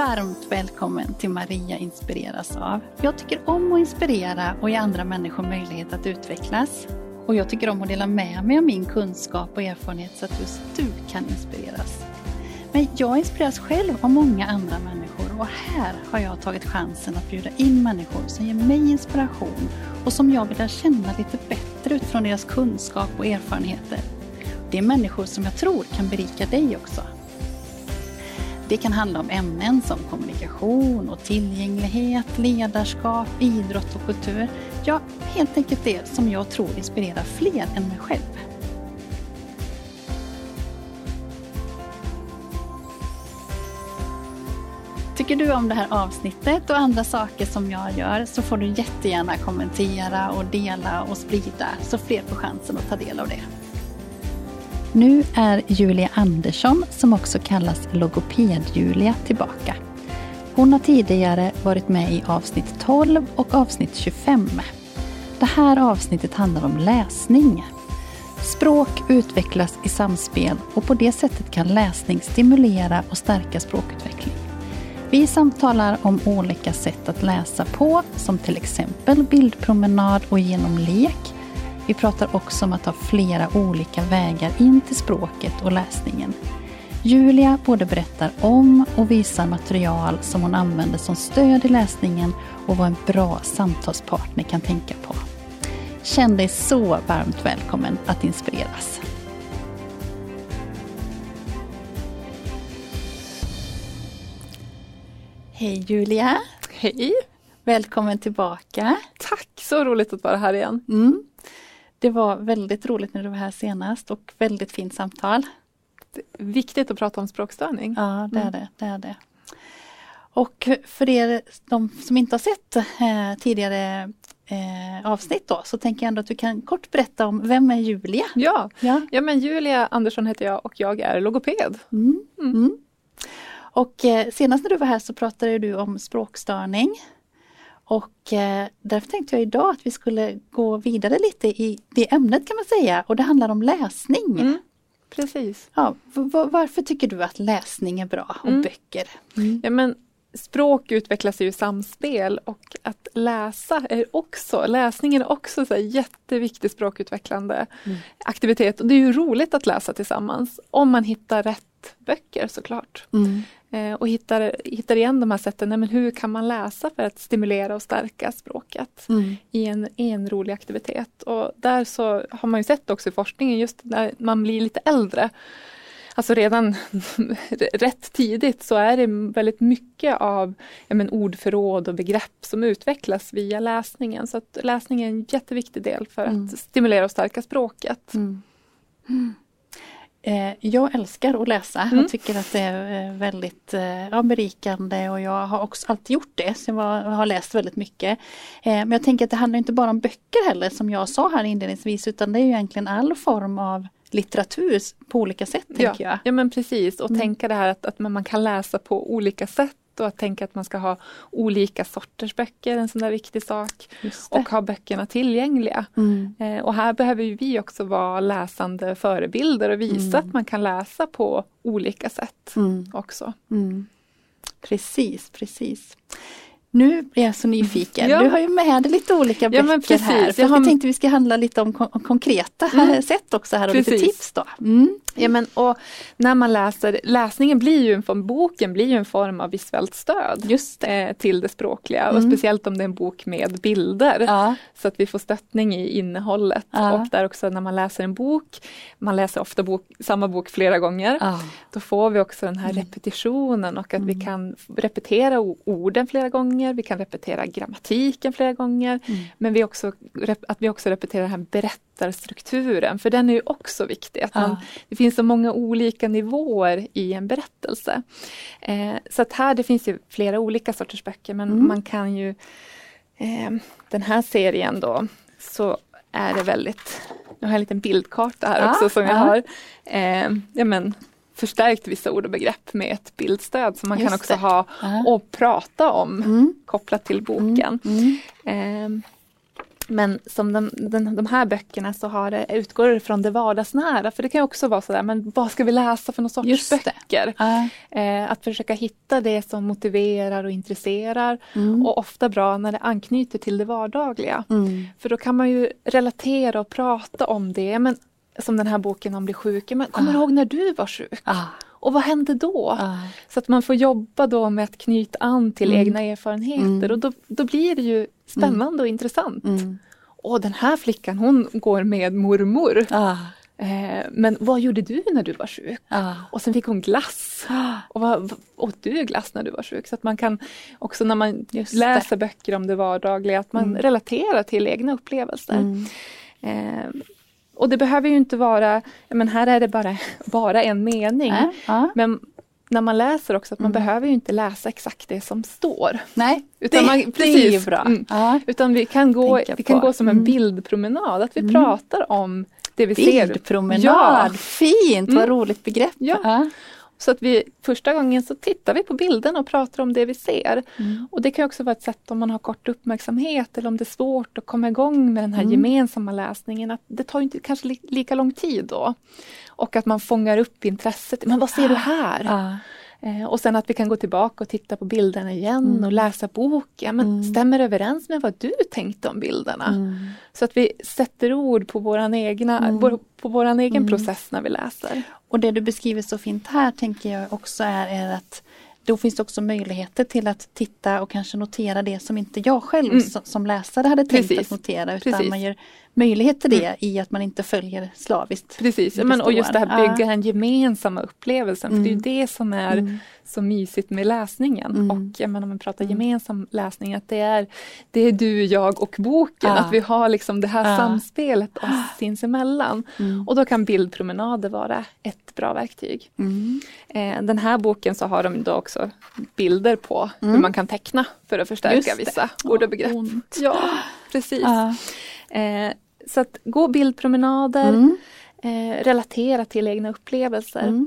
Varmt välkommen till Maria inspireras av. Jag tycker om att inspirera och ge andra människor möjlighet att utvecklas. Och jag tycker om att dela med mig av min kunskap och erfarenhet så att just du kan inspireras. Men jag inspireras själv av många andra människor och här har jag tagit chansen att bjuda in människor som ger mig inspiration och som jag vill lära känna lite bättre utifrån deras kunskap och erfarenheter. Det är människor som jag tror kan berika dig också. Det kan handla om ämnen som kommunikation och tillgänglighet, ledarskap, idrott och kultur. Ja, helt enkelt det som jag tror inspirerar fler än mig själv. Tycker du om det här avsnittet och andra saker som jag gör så får du jättegärna kommentera och dela och sprida så fler får chansen att ta del av det. Nu är Julia Andersson, som också kallas Logoped-Julia, tillbaka. Hon har tidigare varit med i avsnitt 12 och avsnitt 25. Det här avsnittet handlar om läsning. Språk utvecklas i samspel och på det sättet kan läsning stimulera och stärka språkutveckling. Vi samtalar om olika sätt att läsa på, som till exempel bildpromenad och genom lek. Vi pratar också om att ha flera olika vägar in till språket och läsningen. Julia både berättar om och visar material som hon använder som stöd i läsningen och vad en bra samtalspartner kan tänka på. Känn dig så varmt välkommen att inspireras. Hej Julia! Hej! Välkommen tillbaka. Tack, så roligt att vara här igen. Det var väldigt roligt när du var här senast och väldigt fint samtal. Det är viktigt att prata om språkstörning. Ja, det är det. Och för er, de som inte har sett tidigare avsnitt då, så tänker jag ändå att du kan kort berätta om vem är Julia? Ja, men Julia Andersson heter jag och jag är logoped. Och senast när du var här så pratade du om språkstörning. Och därför tänkte jag idag att vi skulle gå vidare lite i det ämnet kan man säga. Och det handlar om läsning. Precis. Ja, varför tycker du att läsning är bra och böcker? Ja, men språk utvecklas ju i samspel och att läsningen är också så här jätteviktig språkutvecklande aktivitet. Och det är ju roligt att läsa tillsammans om man hittar rätt böcker såklart. Och hittar igen de här sätten, men hur kan man läsa för att stimulera och stärka språket i en rolig aktivitet. Och där så har man ju sett också i forskningen just när man blir lite äldre. Alltså redan rätt tidigt så är det väldigt mycket av ordförråd och begrepp som utvecklas via läsningen. Så att läsning är en jätteviktig del för att stimulera och stärka språket. Jag älskar att läsa. Jag tycker att det är väldigt berikande och jag har också alltid gjort det. Så jag har läst väldigt mycket. Men jag tänker att det handlar inte bara om böcker heller som jag sa här inledningsvis, utan det är ju egentligen all form av litteratur på olika sätt, tänker jag. Ja, men precis. Och tänka det här att man kan läsa på olika sätt. Och att tänka att man ska ha olika sorters böcker, en sån där viktig sak. Och ha böckerna tillgängliga. Och här behöver vi också vara läsande förebilder och visa att man kan läsa på olika sätt också. Precis. Nu är jag så nyfiken. Du har ju med dig lite olika böcker här. För vi tänkte vi ska handla lite om konkreta sätt också här och lite tips då. Ja, men och när man läsningen blir ju boken blir ju en form av visuellt stöd till det språkliga. Och speciellt om det är en bok med bilder. Så att vi får stöttning i innehållet. Och där också när man läser en bok, man läser ofta samma bok flera gånger. Då får vi också den här repetitionen och att vi kan repetera orden flera gånger. Vi kan repetera grammatiken flera gånger. Men att vi också repeterar den här berättarstrukturen. För den är ju också viktig. Det finns så många olika nivåer i en berättelse. Så att här det finns ju flera olika sorters böcker. Men man kan ju... den här serien då så är det väldigt... Jag har en liten bildkarta här också som jag har. Förstärkt vissa ord och begrepp med ett bildstöd som man kan också ha och prata om kopplat till boken. Men som de här böckerna så utgår det från det vardagsnära. För det kan ju också vara sådär, men vad ska vi läsa för någon sorts böcker? Att försöka hitta det som motiverar och intresserar. Och ofta bra när det anknyter till det vardagliga. För då kan man ju relatera och prata om det. Men, som den här boken om bli sjuk. Men kommer du ihåg när du var sjuk? Och vad hände då? Så att man får jobba då med att knyta an till egna erfarenheter. Och då blir det ju spännande och intressant. Och den här flickan, hon går med mormor. Men vad gjorde du när du var sjuk? Och sen fick hon glass. Och vad åt du glass när du var sjuk? Så att man kan också när man läser böcker om det vardagliga, att man relaterar till egna upplevelser. Och det behöver ju inte vara, men här är det bara en mening. Men när man läser också att man behöver ju inte läsa exakt det som står. Nej, utan det är ju bra. Utan vi kan gå som en bildpromenad. Att vi pratar om det vi ser. Bildpromenad, fint, vad roligt begrepp. Så att vi första gången så tittar vi på bilden och pratar om det vi ser. Och det kan också vara ett sätt om man har kort uppmärksamhet eller om det är svårt att komma igång med den här gemensamma läsningen. Att det tar ju inte kanske lika lång tid då. Och att man fångar upp intresset. Men vad ser du här? Och sen att vi kan gå tillbaka och titta på bilderna igen och läsa boken. Men stämmer överens med vad du tänkte om bilderna? Så att vi sätter ord på våran egen process när vi läser. Och det du beskriver så fint här tänker jag också är att då finns det också möjligheter till att titta och kanske notera det som inte jag själv som läsare hade tänkt att notera. Utan man ger möjlighet till det i att man inte följer slaviskt. Precis, och just det här bygga den gemensamma upplevelsen. För det är ju det som är så mysigt med läsningen. Och om man pratar gemensam läsning, att det är du, jag och boken. Att vi har liksom det här samspelet oss sinsemellan. Och då kan bildpromenader vara ett bra verktyg. Den här boken så har de då också bilder på hur man kan teckna för att förstärka vissa ord och begrepp. Ja, precis. Så att gå bildpromenader, relatera till egna upplevelser.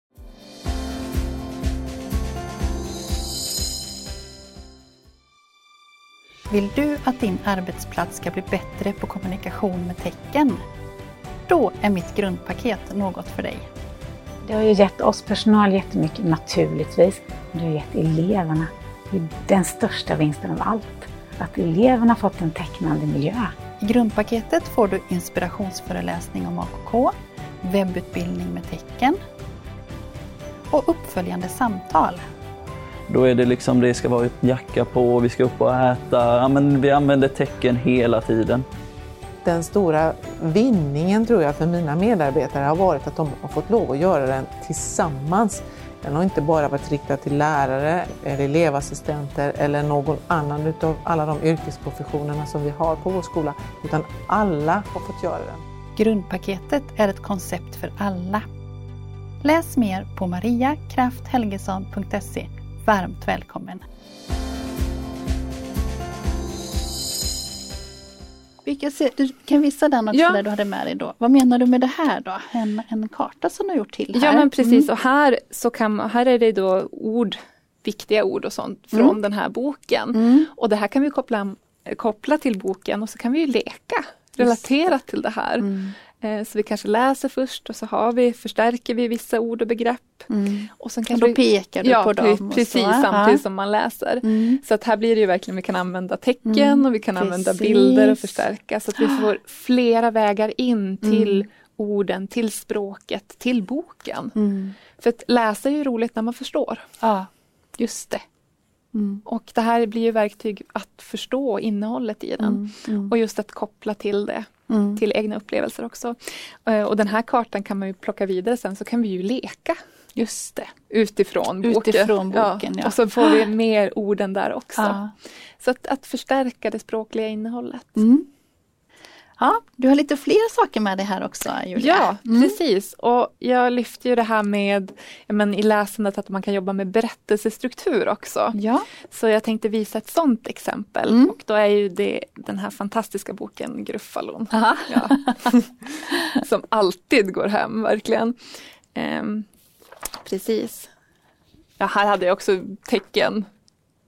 Vill du att din arbetsplats ska bli bättre på kommunikation med tecken? Då är mitt grundpaket något för dig. Det har ju gett oss personal jättemycket naturligtvis. Det har gett eleverna den största vinsten av allt. Att eleverna fått en tecknande miljö. I grundpaketet får du inspirationsföreläsning om AKK, webbutbildning med tecken och uppföljande samtal. Då är det liksom, det ska vara jacka på, vi ska upp och äta. Ja, men vi använder tecken hela tiden. Den stora vinningen tror jag för mina medarbetare har varit att de har fått lov att göra den tillsammans. Den har inte bara varit riktad till lärare eller elevassistenter eller någon annan utav alla de yrkesprofessionerna som vi har på vår skola. Utan alla har fått göra den. Grundpaketet är ett koncept för alla. Läs mer på mariakrafthelgesson.se. Varmt välkommen! Du kan visa den också där du hade med dig då. Vad menar du med det här då? En karta som du har gjort till här. Ja, men precis. Och här är det då viktiga ord och sånt från den här boken. Och det här kan vi koppla till boken och så kan vi ju leka, relatera till det här. Så vi kanske läser först och så förstärker vi vissa ord och begrepp. Och sen kanske då pekar du på dem. Precis, samtidigt som man läser. Så att här blir det ju verkligen, vi kan använda tecken och vi kan använda bilder och förstärka. Så att vi får flera vägar in till orden, till språket, till boken. För att läsa är ju roligt när man förstår. Ja, just det. Och det här blir ju verktyg att förstå innehållet i den. Och just att koppla till det. Till egna upplevelser också. Och den här kartan kan man ju plocka vidare sen, så kan vi ju leka. Just det. Utifrån boken. Ja. Och så får vi mer orden där också. Så att förstärka det språkliga innehållet. Ja, du har lite fler saker med det här också, Julia. Ja, precis. Och jag lyfter ju det här med i läsandet att man kan jobba med berättelsestruktur också. Ja. Så jag tänkte visa ett sånt exempel. Och då är ju det den här fantastiska boken Gruffalon. Ja. Som alltid går hem, verkligen. Precis. Ja, här hade jag också tecken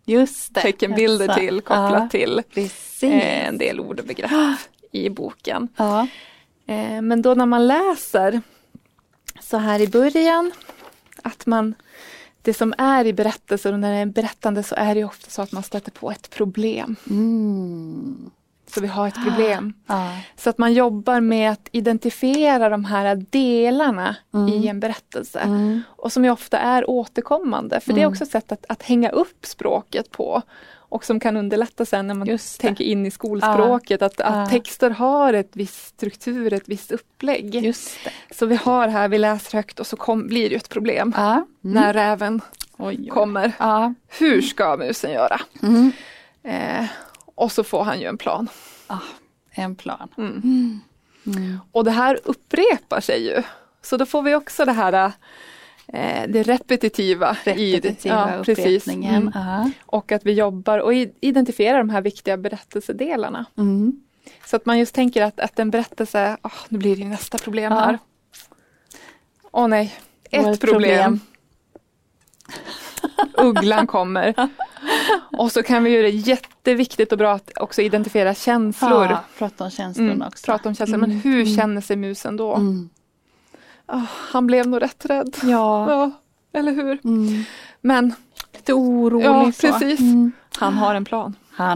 teckenbilder till, kopplat till en del ord och begrepp i boken. Ja. Men då när man läser så här i början, att det som är i berättelser, och när det är berättande så är det ofta så att man stöter på ett problem. Så vi har ett problem. Så att man jobbar med att identifiera de här delarna i en berättelse. Och som ju ofta är återkommande. För det är också ett sätt att hänga upp språket på. Och som kan underlätta sen när man tänker in i skolspråket. Att texter har ett visst struktur, ett visst upplägg. Så vi har här, vi läser högt och så blir det ett problem. När räven kommer. Hur ska musen göra? Och så får han ju en plan. En plan. Och det här upprepar sig ju. Så då får vi också det här det repetitiva upprepningen. Och att vi jobbar och identifierar de här viktiga berättelsedelarna. Så att man just tänker att en berättelse, nu blir det ju nästa problem här. Nej, ett problem. Ugglan kommer. Och så kan vi göra det jätteviktigt och bra att också identifiera känslor. Prata om känslorna också. Prata om känslor, men hur känner sig musen då? Han blev nog rätt rädd. Ja, eller hur? Men lite orolig. Ja, precis. Han har en plan.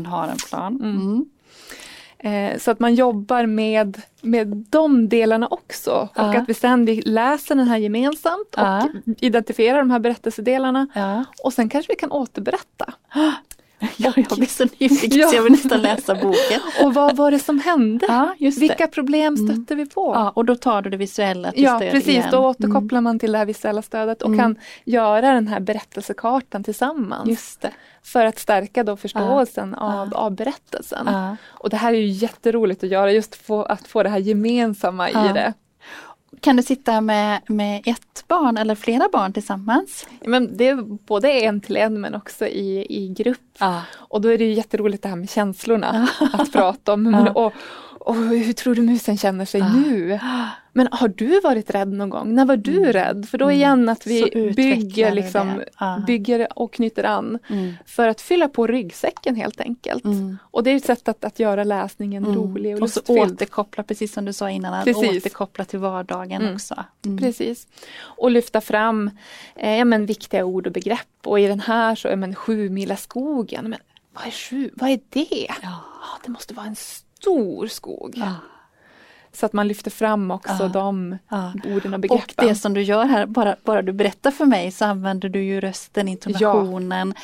Så att man jobbar med de delarna också. Och att vi sen läser den här gemensamt och identifierar de här berättelsedelarna. Och sen kanske vi kan återberätta. Jag blir så nyfiken så jag vill nästan läsa boken. Och vad var det som hände? Vilka problem stötte vi på? Och då tar du det visuella till stöd precis. Igen. Då återkopplar man till det här visuella stödet och kan göra den här berättelsekartan tillsammans. För att stärka då förståelsen av berättelsen. Och det här är ju jätteroligt att göra, just att få det här gemensamma i det. Kan du sitta med ett barn eller flera barn tillsammans? Men det är både en till en men också i grupp. Och då är det ju jätteroligt det här med känslorna att prata om. Och hur tror du musen känner sig nu? Men har du varit rädd någon gång? När var du rädd? För då igen att vi bygger och knyter an för att fylla på ryggsäcken helt enkelt. Och det är ett sätt att göra läsningen rolig och lustfylld. Och så återkoppla, precis som du sa innan, att återkoppla till vardagen också. Precis. Och lyfta fram viktiga ord och begrepp. Och i den här så är 7 mila skogen. Men vad är 7? Vad är det? Det måste vara en stor skog. Så att man lyfter fram också de orden och begreppen. Och det som du gör här, bara du berättar för mig så använder du ju rösten, intonationen,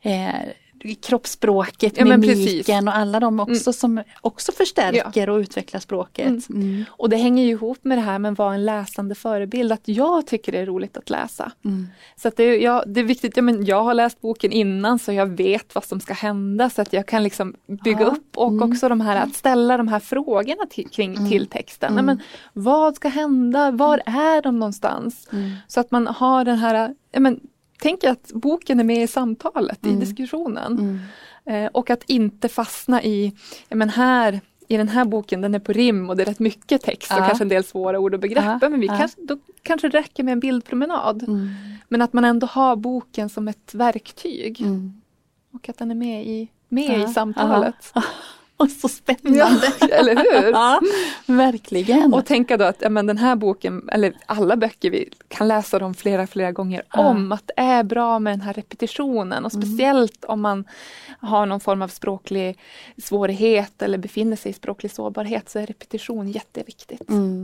kroppsspråket, mimiken och alla de också som också förstärker och utvecklar språket. Och det hänger ju ihop med det här med att vara en läsande förebild. Att jag tycker det är roligt att läsa. Så att det är viktigt. Jag har läst boken innan så jag vet vad som ska hända. Så att jag kan liksom bygga upp och också de här, att ställa de här frågorna till texten. Men vad ska hända? Var är de någonstans? Så att man har den här... Tänk att boken är med i samtalet, i diskussionen. Och att inte fastna i den här boken, den är på rim och det är rätt mycket text och kanske en del svåra ord och begrepp. Men då kanske det räcker med en bildpromenad. Men att man ändå har boken som ett verktyg. Och att den är med i samtalet. Och så spännande. Eller hur? Verkligen. Och tänka då att den här boken, eller alla böcker, vi kan läsa dem flera gånger om att det är bra med den här repetitionen. Och speciellt om man har någon form av språklig svårighet eller befinner sig i språklig sårbarhet så är repetition jätteviktigt.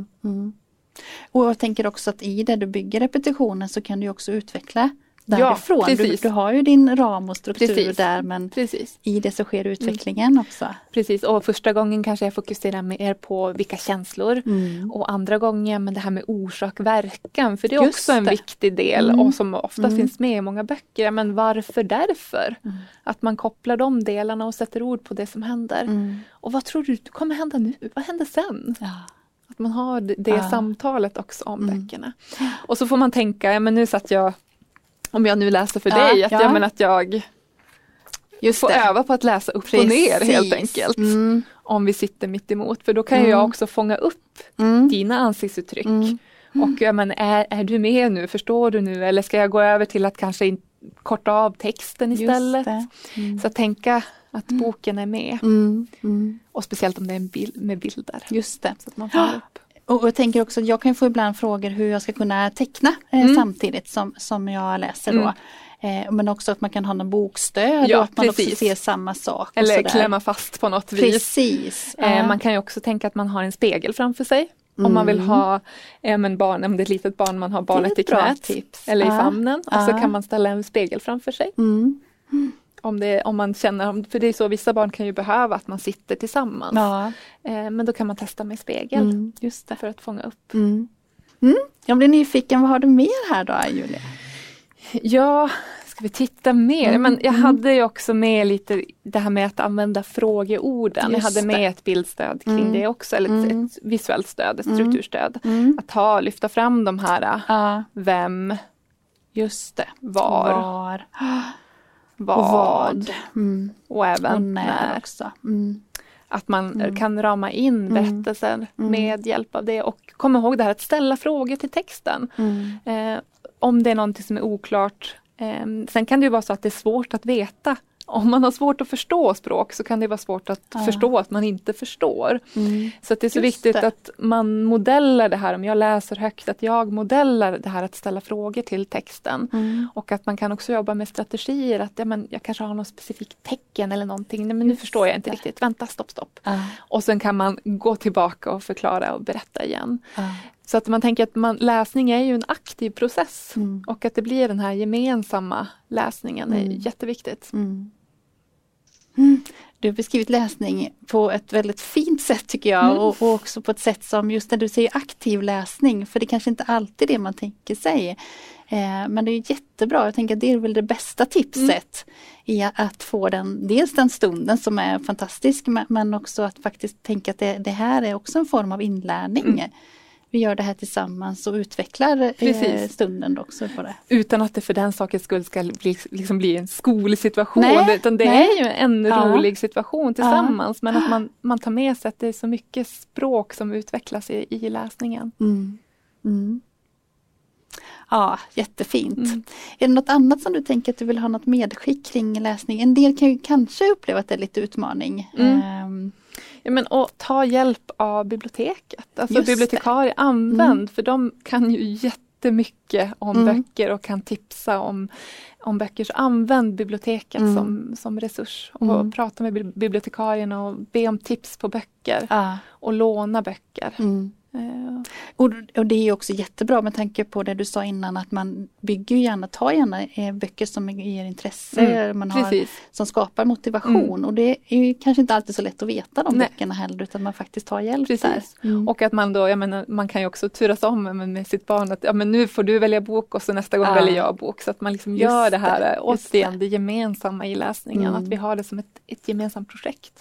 Och jag tänker också att i det du bygger repetitionen så kan du också utveckla därifrån. Du har ju din ram och struktur där, men i det så sker utvecklingen också. Precis, och första gången kanske jag fokuserar mer på vilka känslor och andra gången det här med orsak-verkan, för det är också en viktig del och som ofta finns med i många böcker. Men varför därför? Att man kopplar de delarna och sätter ord på det som händer. Och vad tror du kommer hända nu? Vad händer sen? Att man har det samtalet också om böckerna. Och så får man tänka, nu satt jag, om jag nu läser för dig, att jag får öva på att läsa upp och ner helt enkelt. Om vi sitter mitt emot. För då kan jag också fånga upp dina ansiktsuttryck. Och är du med nu? Förstår du nu? Eller ska jag gå över till att kanske korta av texten istället. Så att tänka att boken är med. Och speciellt om det är en bild med bilder. Just det. Så att man får upp. Och jag tänker också att jag kan få ibland frågor hur jag ska kunna teckna samtidigt som jag läser då. Men också att man kan ha någon bokstöd och att man också ser samma sak. Eller klämma fast på något vis. Precis. Man kan ju också tänka att man har en spegel framför sig. Om man vill ha barn, om det är ett litet barn, man har barnet i knät eller i famnen. Och så kan man ställa en spegel framför sig. Om man känner, för det är så, vissa barn kan ju behöva att man sitter tillsammans. Men då kan man testa med spegel just för att fånga upp. Jag blir nyfiken, vad har du mer här då, Julia? Ja, ska vi titta mer? Men jag hade ju också med lite det här med att använda frågeorden. Jag hade med ett bildstöd kring det också, eller ett visuellt stöd, ett strukturstöd. Att lyfta fram de här vem, just det, var, vad. Och även och när också. Att man kan rama in berättelser med hjälp av det. Och kom ihåg det här att ställa frågor till texten. Om det är någonting som är oklart. Sen kan det ju vara så att det är svårt att veta. Om man har svårt att förstå språk så kan det vara svårt att förstå att man inte förstår. Så att det är så viktigt att man modellar det här. Om jag läser högt, att jag modellar det här att ställa frågor till texten. Och att man kan också jobba med strategier. Att jag kanske har något specifikt tecken eller någonting. Nej, men nu förstår jag inte riktigt. Vänta, stopp. Och sen kan man gå tillbaka och förklara och berätta igen. Så att man tänker att läsning är ju en aktiv process. Och att det blir den här gemensamma läsningen är jätteviktigt. Du har beskrivit läsning på ett väldigt fint sätt tycker jag. Och också på ett sätt som just när du säger aktiv läsning. För det kanske inte alltid är det man tänker sig. Men det är jättebra. Jag tänker att det är väl det bästa tipset. I att få dels den stunden som är fantastisk. Men också att faktiskt tänka att det här är också en form av inlärning. Vi gör det här tillsammans och utvecklar stunden också på det. Utan att det för den sakens skull ska bli en skolsituation. Utan det är ju en rolig situation tillsammans. Men att man tar med sig att det är så mycket språk som utvecklas i läsningen. Ja, jättefint. Är det något annat som du tänker att du vill ha något medskick kring läsning? En del kan ju kanske uppleva att det är lite utmaning. Ja, men och ta hjälp av biblioteket. Alltså bibliotekarie använd. För de kan ju jättemycket om böcker och kan tipsa om böcker. Så använd biblioteket som resurs. Och prata med bibliotekarien och be om tips på böcker. Och låna böcker. Och det är också jättebra med tanke på det du sa innan att man bygger gärna, tar gärna böcker som ger intresse, man har, som skapar motivation och det är ju kanske inte alltid så lätt att veta de böckerna heller utan man faktiskt tar hjälp där. Och att man då, man kan ju också turas om med sitt barn att men nu får du välja bok och så nästa gång väljer jag bok så att man liksom gör det här återigen det gemensamma i läsningen, att vi har det som ett gemensamt projekt.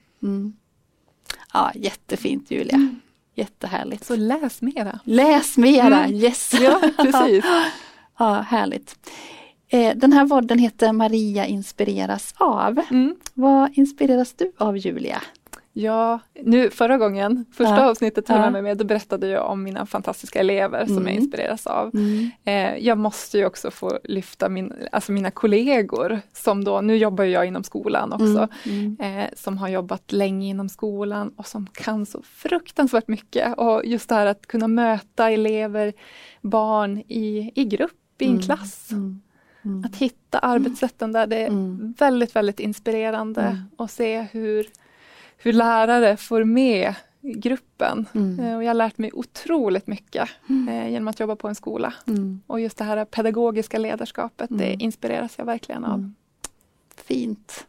Ja, jättefint Julia. Jättehärligt. Så läs mera. Läs mera, yes. Ja, precis. Ja, härligt. Den här podden heter Maria inspireras av. Vad inspireras du av, Julia? Ja, förra gången, första avsnittet höll jag med, då berättade jag om mina fantastiska elever som jag inspireras av. Jag måste ju också få lyfta mina kollegor som då, nu jobbar jag inom skolan också, som har jobbat länge inom skolan och som kan så fruktansvärt mycket. Och just det här att kunna möta elever, barn i grupp, i en klass. Att hitta arbetssätten där, det är väldigt, väldigt inspirerande att se hur lärare får med gruppen. Och jag har lärt mig otroligt mycket genom att jobba på en skola. Och just det här pedagogiska ledarskapet, det inspireras jag verkligen av. Fint.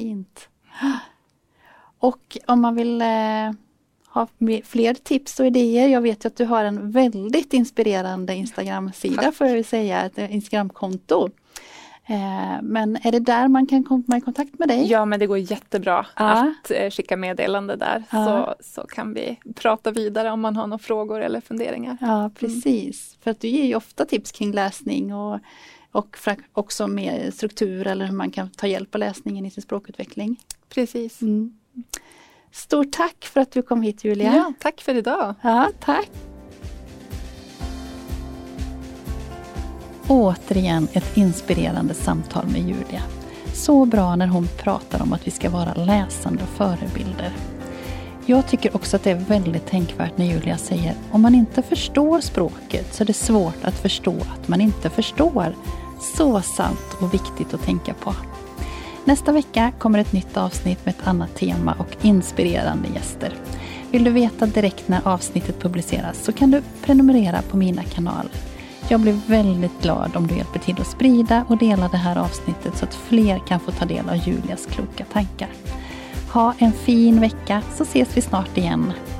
Och om man vill ha fler tips och idéer, jag vet ju att du har en väldigt inspirerande Instagram-sida får jag ju säga, ett Instagram-konto. Men är det där man kan komma i kontakt med dig? Ja, men det går jättebra att skicka meddelande där. Så kan vi prata vidare om man har några frågor eller funderingar. Ja, precis. För att du ger ju ofta tips kring läsning och också med struktur eller hur man kan ta hjälp av läsningen i sin språkutveckling. Precis. Stort tack för att du kom hit, Julia. Ja, tack för idag. Ja, tack. återigen ett inspirerande samtal med Julia. Så bra när hon pratar om att vi ska vara läsande förebilder. Jag tycker också att det är väldigt tänkvärt när Julia säger om man inte förstår språket så är det svårt att förstå att man inte förstår. Så sant och viktigt att tänka på. Nästa vecka kommer ett nytt avsnitt med ett annat tema och inspirerande gäster. Vill du veta direkt när avsnittet publiceras så kan du prenumerera på mina kanaler. Jag blir väldigt glad om du hjälper till att sprida och dela det här avsnittet så att fler kan få ta del av Julias kloka tankar. Ha en fin vecka så ses vi snart igen.